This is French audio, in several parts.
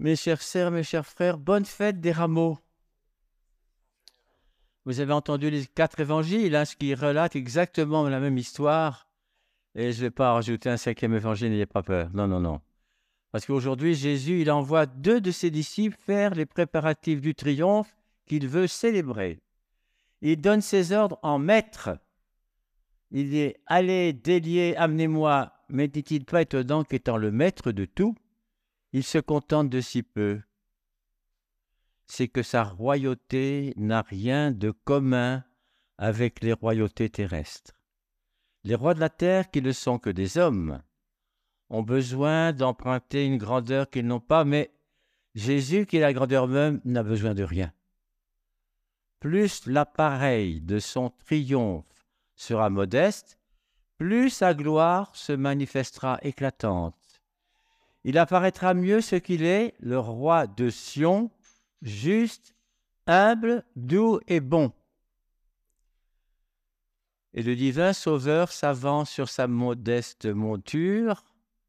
Mes chères sœurs, mes chers frères, bonne fête des rameaux. Vous avez entendu les 4 évangiles, ce qui relate exactement la même histoire. Et je ne vais pas rajouter un 5e évangile, n'ayez pas peur. Non, non, non. Parce qu'aujourd'hui, Jésus, il envoie 2 de ses disciples faire les préparatifs du triomphe qu'il veut célébrer. Il donne ses ordres en maître. Il dit « Allez, déliez, amenez-moi ». Mais dit-il pas étonnant qu'étant le maître de tout, il se contente de si peu. C'est que sa royauté n'a rien de commun avec les royautés terrestres. Les rois de la terre, qui ne sont que des hommes, ont besoin d'emprunter une grandeur qu'ils n'ont pas, mais Jésus, qui est la grandeur même, n'a besoin de rien. Plus l'appareil de son triomphe sera modeste, plus sa gloire se manifestera éclatante. Il apparaîtra mieux ce qu'il est, le roi de Sion, juste, humble, doux et bon. Et le divin Sauveur s'avance sur sa modeste monture,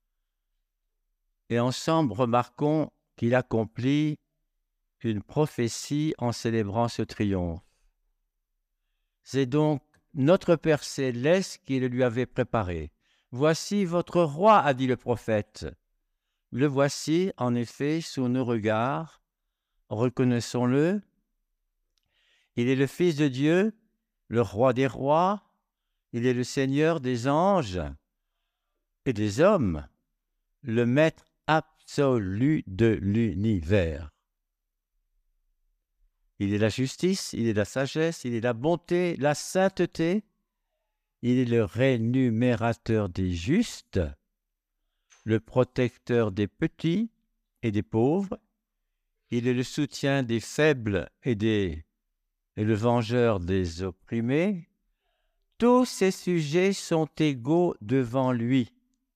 et ensemble remarquons qu'il accomplit une prophétie en célébrant ce triomphe. C'est donc notre Père céleste qui le lui avait préparé. « Voici votre roi », a dit le prophète. Le voici, en effet, sous nos regards. Reconnaissons-le. Il est le Fils de Dieu, le Roi des rois. Il est le Seigneur des anges et des hommes, le Maître absolu de l'univers. Il est la justice, il est la sagesse, il est la bonté, la sainteté. Il est le rémunérateur des justes, le protecteur des petits et des pauvres. Il est le soutien des faibles et le vengeur des opprimés. Tous ces sujets sont égaux devant lui.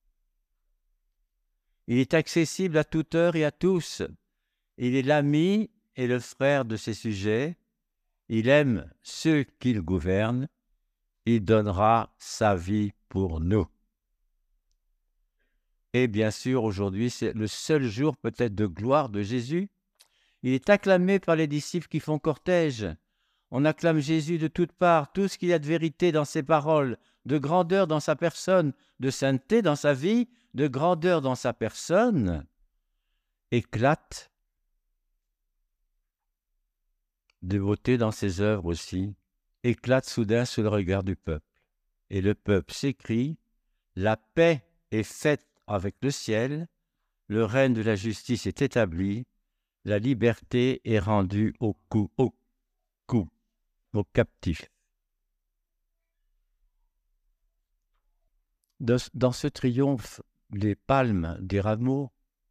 Il est accessible à toute heure et à tous. Il est l'ami et le frère de ses sujets. Il aime ceux qu'il gouverne. Il donnera sa vie pour nous. Et bien sûr, aujourd'hui, c'est le seul jour peut-être de gloire de Jésus. Il est acclamé par les disciples qui font cortège. On acclame Jésus de toutes parts, tout ce qu'il y a de vérité dans ses paroles, de grandeur dans sa personne, de sainteté dans sa vie, de grandeur dans sa personne, éclate, de beauté dans ses œuvres aussi, éclate soudain sous le regard du peuple. Et le peuple s'écrie, la paix est faite avec le ciel, le règne de la justice est établi, la liberté est rendue aux captifs. Dans ce triomphe des palmes, des rameaux,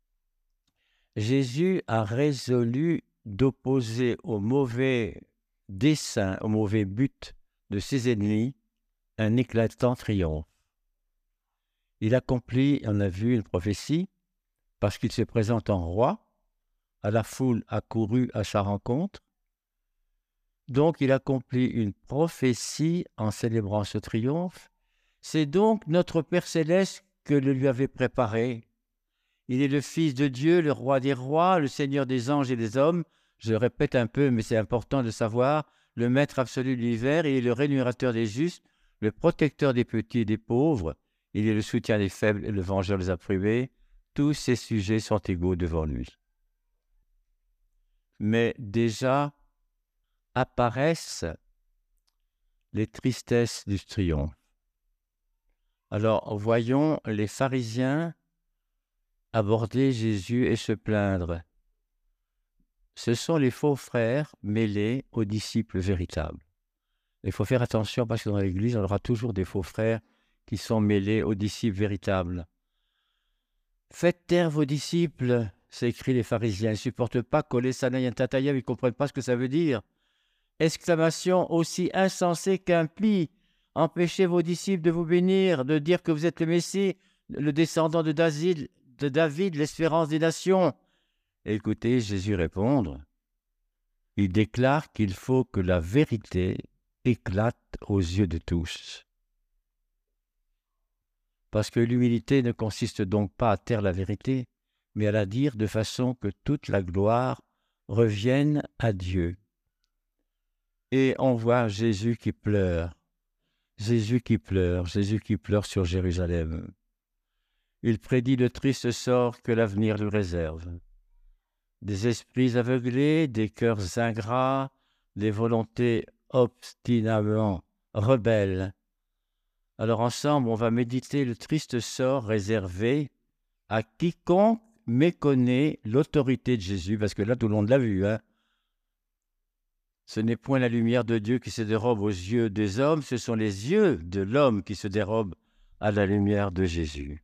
Jésus a résolu d'opposer au mauvais dessein, au mauvais but de ses ennemis, un éclatant triomphe. Il accomplit, on a vu, une prophétie, parce qu'il se présente en roi, à la foule accourue à sa rencontre. Donc, il accomplit une prophétie en célébrant ce triomphe. C'est donc notre Père céleste que le lui avait préparé. Il est le Fils de Dieu, le Roi des rois, le Seigneur des anges et des hommes. Je répète un peu, mais c'est important de savoir, le Maître absolu de l'univers. Il est le rémunérateur des justes, le protecteur des petits et des pauvres. Il est le soutien des faibles et le vengeur des opprimés. Tous ces sujets sont égaux devant lui. Mais déjà apparaissent les tristesses du triomphe. Alors, voyons les pharisiens aborder Jésus et se plaindre. Ce sont les faux frères mêlés aux disciples véritables. Il faut faire attention parce que dans l'Église, on aura toujours des faux frères qui sont mêlés aux disciples véritables. « Faites taire vos disciples », s'écrient les pharisiens. Ils ne supportent pas coller Sanaï Tataya, ils ne comprennent pas ce que ça veut dire. Exclamation aussi insensée qu'impie. Empêchez vos disciples de vous bénir, de dire que vous êtes le Messie, le descendant de David, l'espérance des nations. Écoutez Jésus répondre. Il déclare qu'il faut que la vérité éclate aux yeux de tous. Parce que l'humilité ne consiste donc pas à taire la vérité, mais à la dire de façon que toute la gloire revienne à Dieu. Et on voit Jésus qui pleure, Jésus qui pleure, Jésus qui pleure sur Jérusalem. Il prédit le triste sort que l'avenir lui réserve. Des esprits aveuglés, des cœurs ingrats, des volontés obstinément rebelles. Alors ensemble, on va méditer le triste sort réservé à quiconque méconnaît l'autorité de Jésus, parce que là, tout le monde l'a vu. Ce n'est point la lumière de Dieu qui se dérobe aux yeux des hommes, ce sont les yeux de l'homme qui se dérobent à la lumière de Jésus.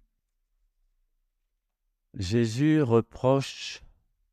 Jésus reproche,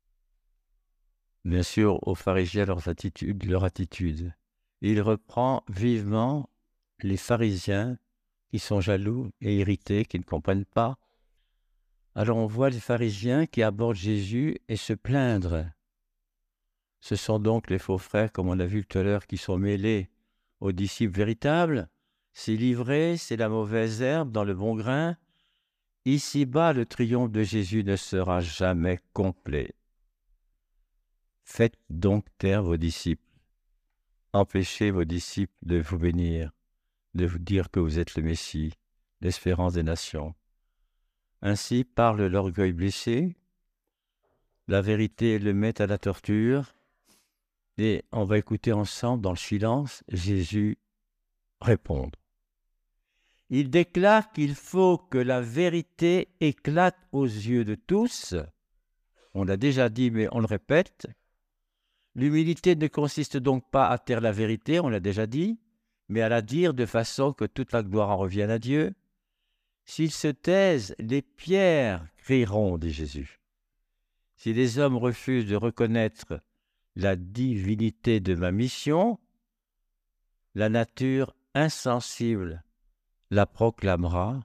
bien sûr, aux pharisiens leur attitude. Il reprend vivement les pharisiens qui sont jaloux et irrités, qui ne comprennent pas. Alors on voit les pharisiens qui abordent Jésus et se plaindre. Ce sont donc les faux frères, comme on a vu tout à l'heure, qui sont mêlés aux disciples véritables. C'est l'ivrée, c'est la mauvaise herbe dans le bon grain. Ici-bas, le triomphe de Jésus ne sera jamais complet. Faites donc taire vos disciples. Empêchez vos disciples de vous bénir, de vous dire que vous êtes le Messie, l'espérance des nations. Ainsi parle l'orgueil blessé, la vérité le met à la torture, et on va écouter ensemble, dans le silence, Jésus répondre. Il déclare qu'il faut que la vérité éclate aux yeux de tous. On l'a déjà dit, mais on le répète. L'humilité ne consiste donc pas à taire la vérité, on l'a déjà dit, mais à la dire de façon que toute la gloire en revienne à Dieu. S'ils se taisent, les pierres crieront, dit Jésus. Si les hommes refusent de reconnaître la divinité de ma mission, la nature insensible la proclamera.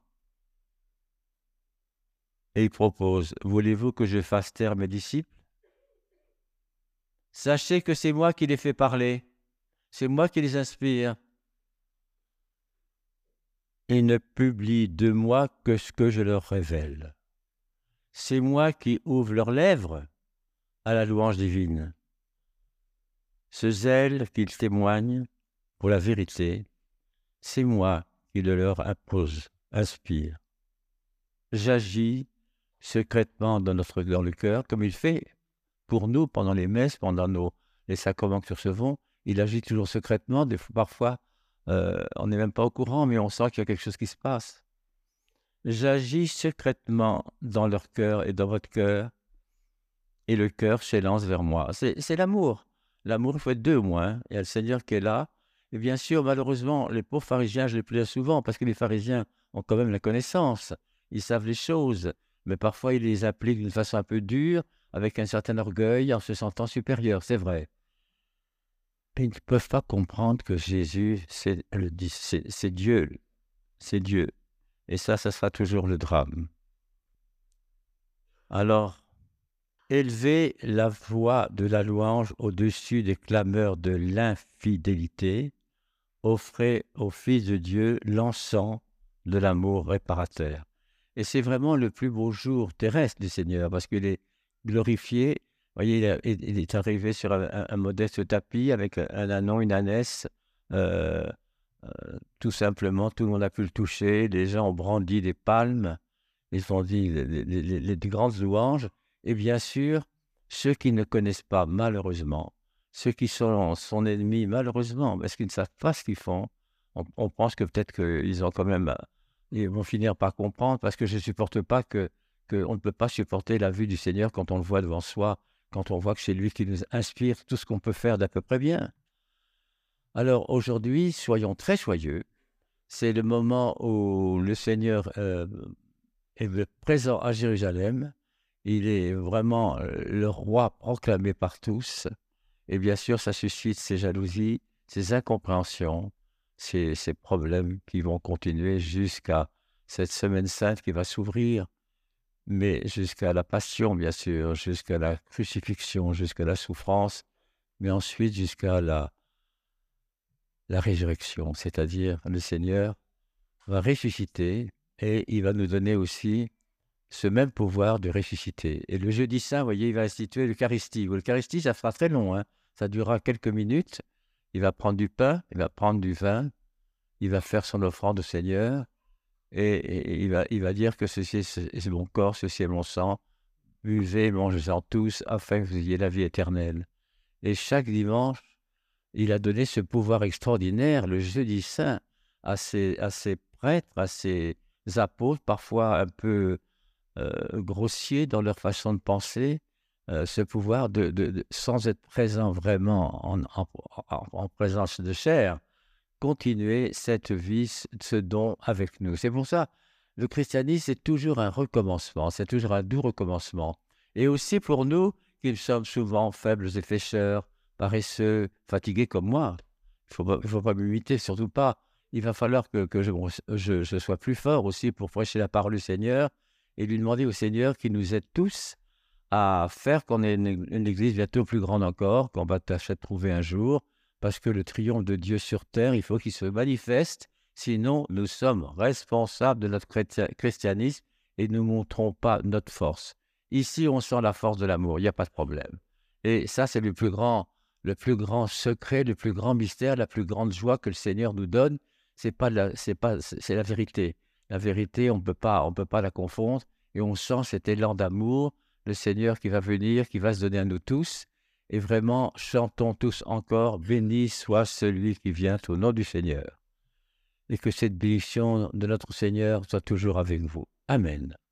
Et il propose, voulez-vous que je fasse taire mes disciples? Sachez que c'est moi qui les fais parler, c'est moi qui les inspire. Ils ne publient de moi que ce que je leur révèle. C'est moi qui ouvre leurs lèvres à la louange divine. Ce zèle qu'ils témoignent pour la vérité, c'est moi qui le leur impose, inspire. J'agis secrètement dans le cœur, comme il fait pour nous pendant les messes, pendant les sacrements que nous recevons. Il agit toujours secrètement, parfois on n'est même pas au courant, mais on sent qu'il y a quelque chose qui se passe. J'agis secrètement dans leur cœur et dans votre cœur, et le cœur s'élance vers moi. C'est l'amour. L'amour, il faut être deux au moins. Il y a le Seigneur qui est là. Et bien sûr, malheureusement, les pauvres pharisiens, je les plains souvent, parce que les pharisiens ont quand même la connaissance. Ils savent les choses. Mais parfois, ils les appliquent d'une façon un peu dure, avec un certain orgueil, en se sentant supérieur, c'est vrai. Mais ils ne peuvent pas comprendre que Jésus, c'est Dieu. C'est Dieu. Et ça sera toujours le drame. Alors, élevez la voix de la louange au-dessus des clameurs de l'infidélité. Offrez au Fils de Dieu l'encens de l'amour réparateur. Et c'est vraiment le plus beau jour terrestre du Seigneur, parce qu'il est glorifié. Vous voyez, il est arrivé sur un modeste tapis avec un ânon, une ânesse. Tout simplement, tout le monde a pu le toucher. Les gens ont brandi des palmes. Ils ont dit les grandes louanges. Et bien sûr, ceux qui ne connaissent pas, malheureusement, ceux qui sont son ennemi, malheureusement, parce qu'ils ne savent pas ce qu'ils font, on pense que peut-être qu'ils ont quand même, ils vont finir par comprendre, parce que je ne supporte pas qu'on ne peut pas supporter la vue du Seigneur quand on le voit devant soi, quand on voit que c'est lui qui nous inspire tout ce qu'on peut faire d'à peu près bien. Alors aujourd'hui, soyons très joyeux. C'est le moment où le Seigneur est présent à Jérusalem. Il est vraiment le roi proclamé par tous. Et bien sûr, ça suscite ces jalousies, ces incompréhensions, ces problèmes qui vont continuer jusqu'à cette semaine sainte qui va s'ouvrir, mais jusqu'à la passion, bien sûr, jusqu'à la crucifixion, jusqu'à la souffrance, mais ensuite jusqu'à la résurrection, c'est-à-dire le Seigneur va ressusciter et il va nous donner aussi ce même pouvoir de ressusciter. Et le jeudi saint, vous voyez, il va instituer l'Eucharistie. L'Eucharistie, ça sera très long, hein. Ça durera quelques minutes. Il va prendre du pain, il va prendre du vin, il va faire son offrande au Seigneur et il va dire que ceci est mon corps, ceci est mon sang. Buvez, mangez-en tous, afin que vous ayez la vie éternelle. Et chaque dimanche, il a donné ce pouvoir extraordinaire, le jeudi saint, à ses prêtres, à ses apôtres, parfois un peu grossiers dans leur façon de penser, ce pouvoir sans être présent vraiment en présence de chair, continuer cette vie, ce don avec nous. C'est pour ça, le christianisme, c'est toujours un recommencement, c'est toujours un doux recommencement. Et aussi pour nous, qui sommes souvent faibles et fécheurs, paresseux, fatigués comme moi, il faut pas m'imiter, surtout pas. Il va falloir que je sois plus fort aussi pour prêcher la parole du Seigneur et lui demander au Seigneur qu'il nous aide tous à faire qu'on ait une église bientôt plus grande encore, qu'on va tâcher de trouver un jour, parce que le triomphe de Dieu sur terre, il faut qu'il se manifeste, sinon nous sommes responsables de notre christianisme et ne montrons pas notre force. Ici, on sent la force de l'amour, il n'y a pas de problème. Et ça, c'est le plus grand secret, le plus grand mystère, la plus grande joie que le Seigneur nous donne. C'est la vérité. La vérité, on peut pas la confondre. Et on sent cet élan d'amour, le Seigneur qui va venir, qui va se donner à nous tous. Et vraiment, chantons tous encore, béni soit celui qui vient au nom du Seigneur. Et que cette bénédiction de notre Seigneur soit toujours avec vous. Amen.